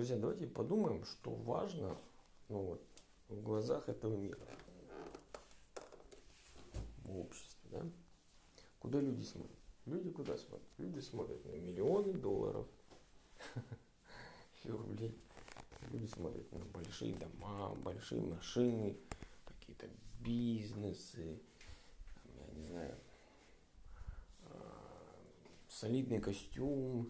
Друзья, давайте подумаем, что важно, в глазах этого мира, в обществе, да? Куда люди смотрят? Люди куда смотрят? Люди смотрят на миллионы долларов и рублей. Люди смотрят на большие дома, большие машины, какие-то бизнесы, я не знаю, солидный костюм,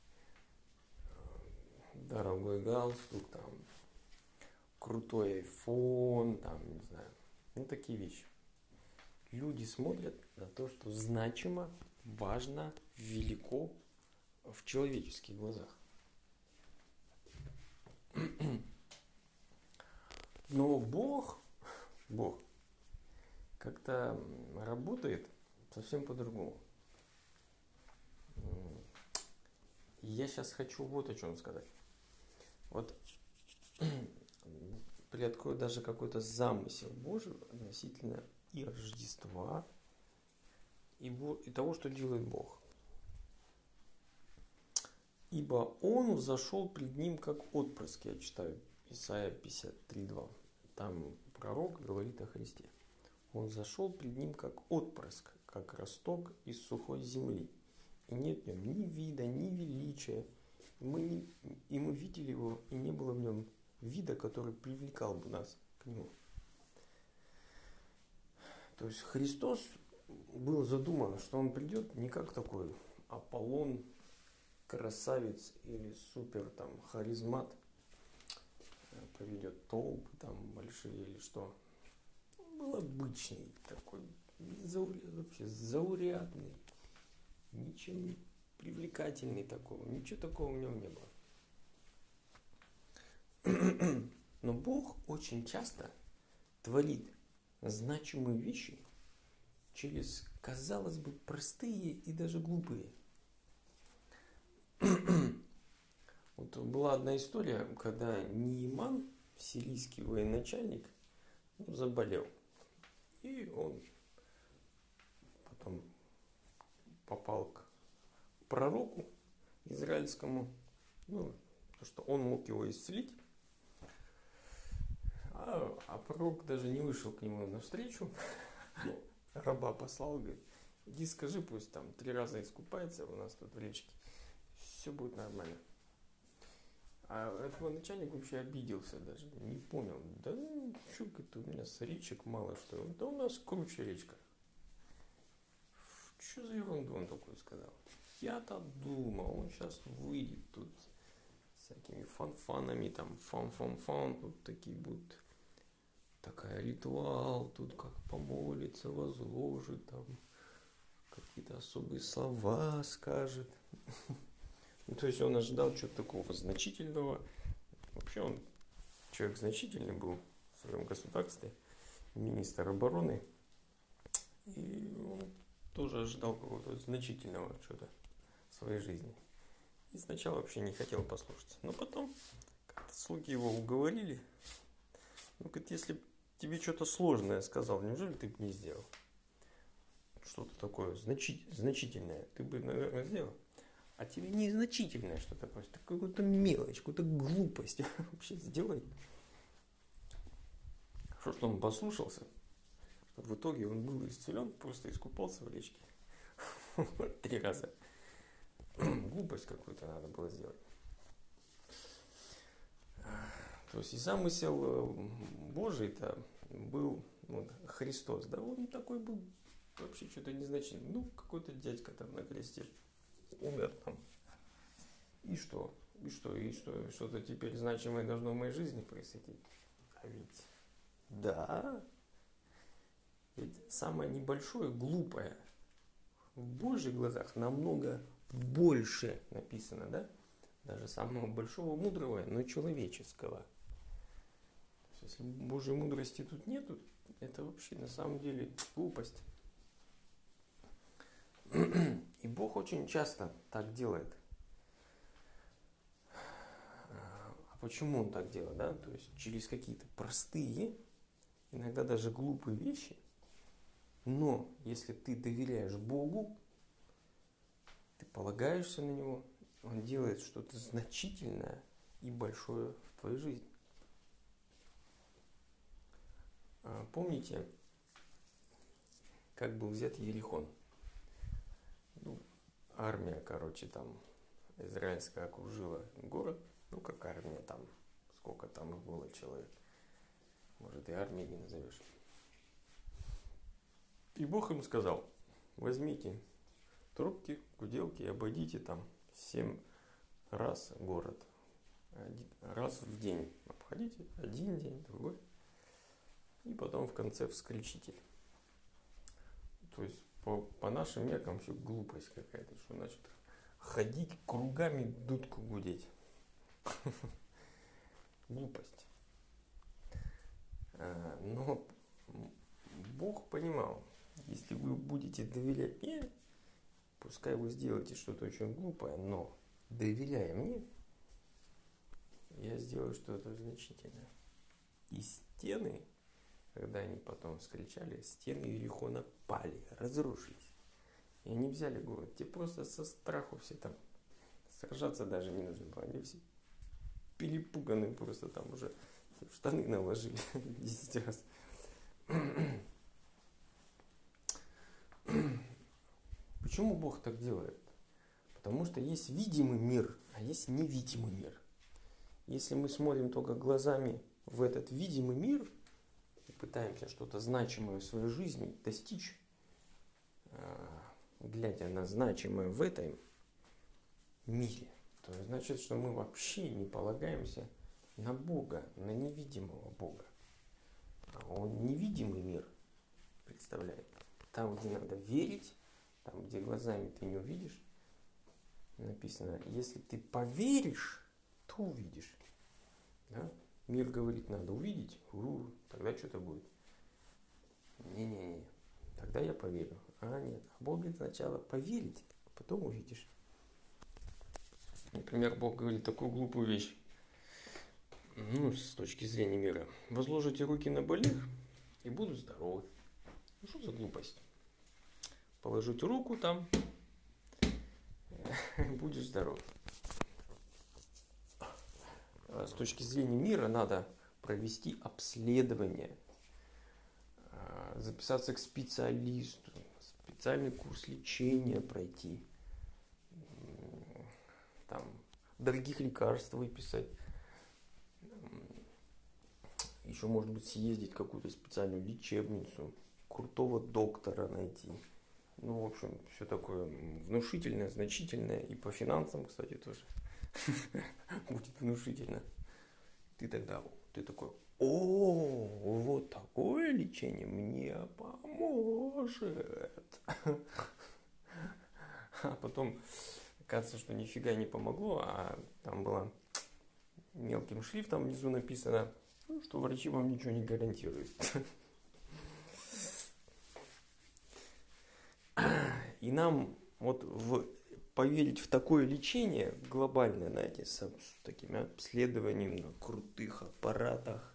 дорогой галстук, там, крутой айфон, там, не знаю, такие вещи. Люди смотрят на то, что значимо, важно, велико в человеческих глазах. Но Бог как-то работает совсем по-другому. Я сейчас хочу вот о чем сказать. Вот приоткрою даже какой-то замысел Божий относительно и Рождества, и того, что делает Бог. Ибо Он зашел пред Ним как отпрыск, я читаю Исайя 53:2. Там пророк говорит о Христе. Он зашел пред Ним как отпрыск, как росток из сухой земли. И нет в нем ни вида, ни величия. И мы видели его, и не было в нем вида, который привлекал бы нас к нему. То есть Христос был задуман, что Он придет не как такой Аполлон, красавец или супер там харизмат, поведет толпы там большие или что. Он был обычный такой, вообще заурядный, ничем не привлекательный такого, ничего такого в нем не было. Но Бог очень часто творит значимые вещи через, казалось бы, простые и даже глупые. Вот была одна история, когда Нейман, сирийский военачальник, заболел. И он потом попал к пророку израильскому, потому что он мог его исцелить. А пророк даже не вышел к нему навстречу. Раба послал, говорит, иди скажи, пусть там 3 раза искупается у нас тут в речке. Все будет нормально. А этот начальник вообще обиделся даже, не понял. Да что это у меня с речек мало что ли? Да у нас круче речка. Что за ерунду он такой сказал? Я-то думал, он сейчас выйдет тут с всякими фанфанами, там фан, тут такие будут. Такая ритуал, тут как помолится, возложит, там какие-то особые слова скажет. То есть он ожидал чего-то такого значительного. Вообще он человек значительный был в своем государстве, министр обороны. И он тоже ожидал какого-то значительного чего-то в своей жизни. И сначала вообще не хотел послушаться. Но потом как-то слуги его уговорили. Говорит, если тебе что-то сложное сказал, неужели ты бы не сделал? Что-то такое значительное ты бы, наверное, сделал. А тебе незначительное что-то просто, какую-то мелочь, какую-то глупость вообще сделай. Что он послушался, что в итоге он был исцелен, просто искупался в речке 3 раза. Глупость какую-то надо было сделать. То есть и замысел Божий-то был Христос, да, он такой был вообще что-то незначительный. Какой-то дядька там на кресте умер там. И что? Что-то теперь значимое должно в моей жизни происходить. А ведь да. Ведь самое небольшое, глупое в Божьих глазах намного больше написано, да? Даже самого большого мудрого, но человеческого. Если Божьей мудрости тут нету, это вообще на самом деле глупость. И Бог очень часто так делает. А почему Он так делает? Да? То есть через какие-то простые, иногда даже глупые вещи. Но если ты доверяешь Богу, ты полагаешься на Него, Он делает что-то значительное, и большое в твою жизнь. Помните, как был взят Иерихон? Ну, армия, там, израильская окружила город. Ну, как армия там, сколько там их было человек. Может, и армией не назовешь. И Бог им сказал: возьмите трубки, гуделки и обойдите там 7 раз город. Раз в день обходите, один день, другой. И потом в конце вскричите. То есть по нашим меркам все глупость какая-то. Что значит ходить кругами, дудку гудеть? Глупость. Но Бог понимал, если вы будете доверять мне, пускай вы сделаете что-то очень глупое, но доверяя мне, я сделаю что-то значительное. И стены, когда они потом вскричали, стены Иерихона пали, разрушились. И они взяли город. Те просто со страху все там, сражаться даже не нужно было. Они все перепуганы, просто там уже в штаны наложили 10 раз. Почему Бог так делает? Потому что есть видимый мир, а есть невидимый мир. Если мы смотрим только глазами в этот видимый мир и пытаемся что-то значимое в своей жизни достичь, глядя на значимое в этом мире, то значит, что мы вообще не полагаемся на Бога, на невидимого Бога. А Он невидимый мир представляет. Там, где надо верить, там, где глазами ты не увидишь, написано: если ты поверишь, то увидишь. Да? Мир говорит, надо увидеть, тогда что-то будет. Не-не-не, тогда я поверю. А нет, Бог говорит сначала поверить, а потом увидишь. Например, Бог говорит такую глупую вещь, с точки зрения мира. Возложите руки на больных и будут здоровы. Ну что за глупость? Положите руку там, будешь здоров. С точки зрения мира надо провести обследование, записаться к специалисту, специальный курс лечения пройти, там, дорогих лекарств выписать, еще, может быть, съездить в какую-то специальную лечебницу, крутого доктора найти. В общем, все такое внушительное, значительное. И по финансам, кстати, тоже будет внушительно. Ты такой: вот такое лечение мне поможет. А потом кажется, что нифига не помогло, а там было мелким шрифтом внизу написано, что врачи вам ничего не гарантируют. И нам поверить в такое лечение глобальное, знаете, с такими обследованиями на крутых аппаратах,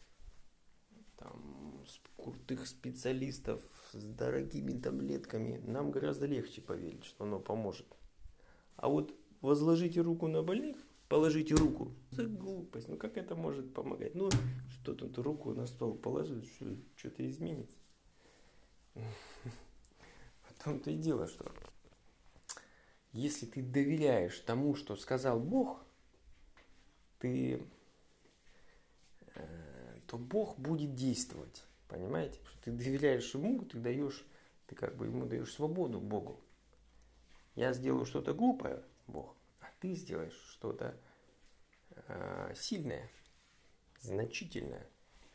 там, с крутых специалистов, с дорогими таблетками, нам гораздо легче поверить, что оно поможет. А вот возложите руку на больных, положите руку. Это глупость. Как это может помогать? Что тут руку на стол положить, что-то изменится. В том-то и дело, что если ты доверяешь тому, что сказал Бог, то Бог будет действовать. Понимаете? Что ты доверяешь Ему, ты Ему даешь свободу Богу. Я сделаю что-то глупое, Бог, а ты сделаешь что-то сильное, значительное.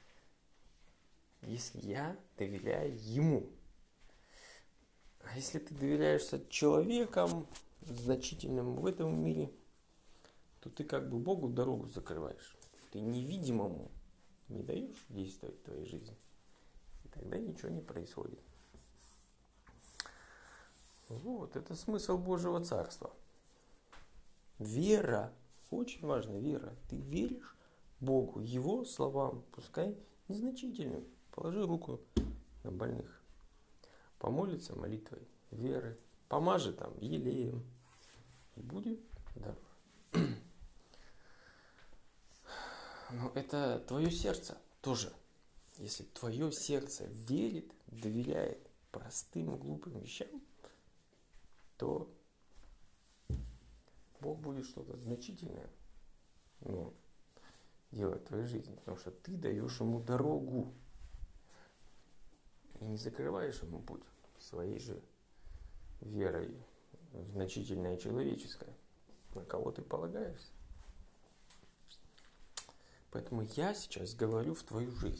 Если я доверяю Ему. А если ты доверяешься человекам, значительным в этом мире, то ты Богу дорогу закрываешь. Ты невидимому не даешь действовать в твоей жизни. И тогда ничего не происходит. Это смысл Божьего Царства. Вера. Очень важно, вера. Ты веришь Богу, Его словам, пускай незначительным. Положи руку на больных. Помолится молитвой веры. Помажи там елеем. И будет здоров. Но это твое сердце тоже. Если твое сердце верит, доверяет простым, глупым вещам, то Бог будет что-то значительное, но делать в твоей жизни, потому что ты даешь ему дорогу и не закрываешь ему путь своей же верой, значительное и человеческое, на кого ты полагаешься. Поэтому я сейчас говорю в твою жизнь.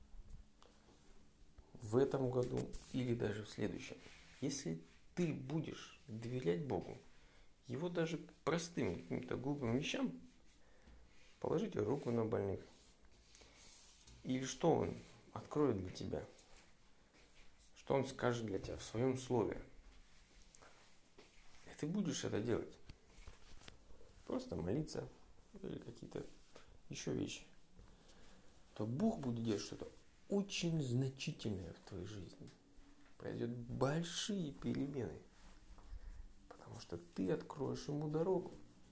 В этом году или даже в следующем. Если ты будешь доверять Богу, Его даже простым каким-то глупым вещам, положите руку на больных. Или что Он откроет для тебя? Что Он скажет для тебя в Своем Слове? И ты будешь это делать. Просто молиться или какие-то еще вещи. То Бог будет делать что-то очень значительное в твоей жизни. Произойдет большие перемены. Потому что ты откроешь ему дорогу.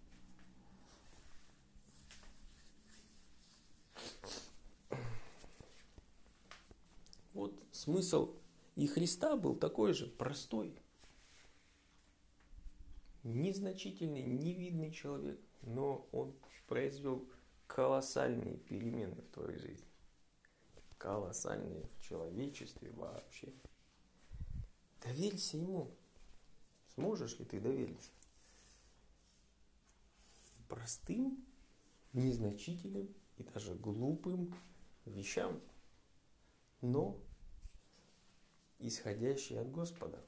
Вот смысл и Христа был такой же, простой. Незначительный, невидный человек, но он произвел колоссальные перемены в твоей жизни. Колоссальные в человечестве вообще. Доверься ему. Сможешь ли ты довериться? Простым, незначительным и даже глупым вещам, но исходящие от Господа,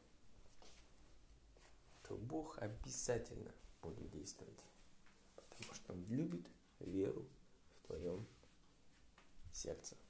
то Бог обязательно будет действовать, потому что Он любит веру в твоем сердце.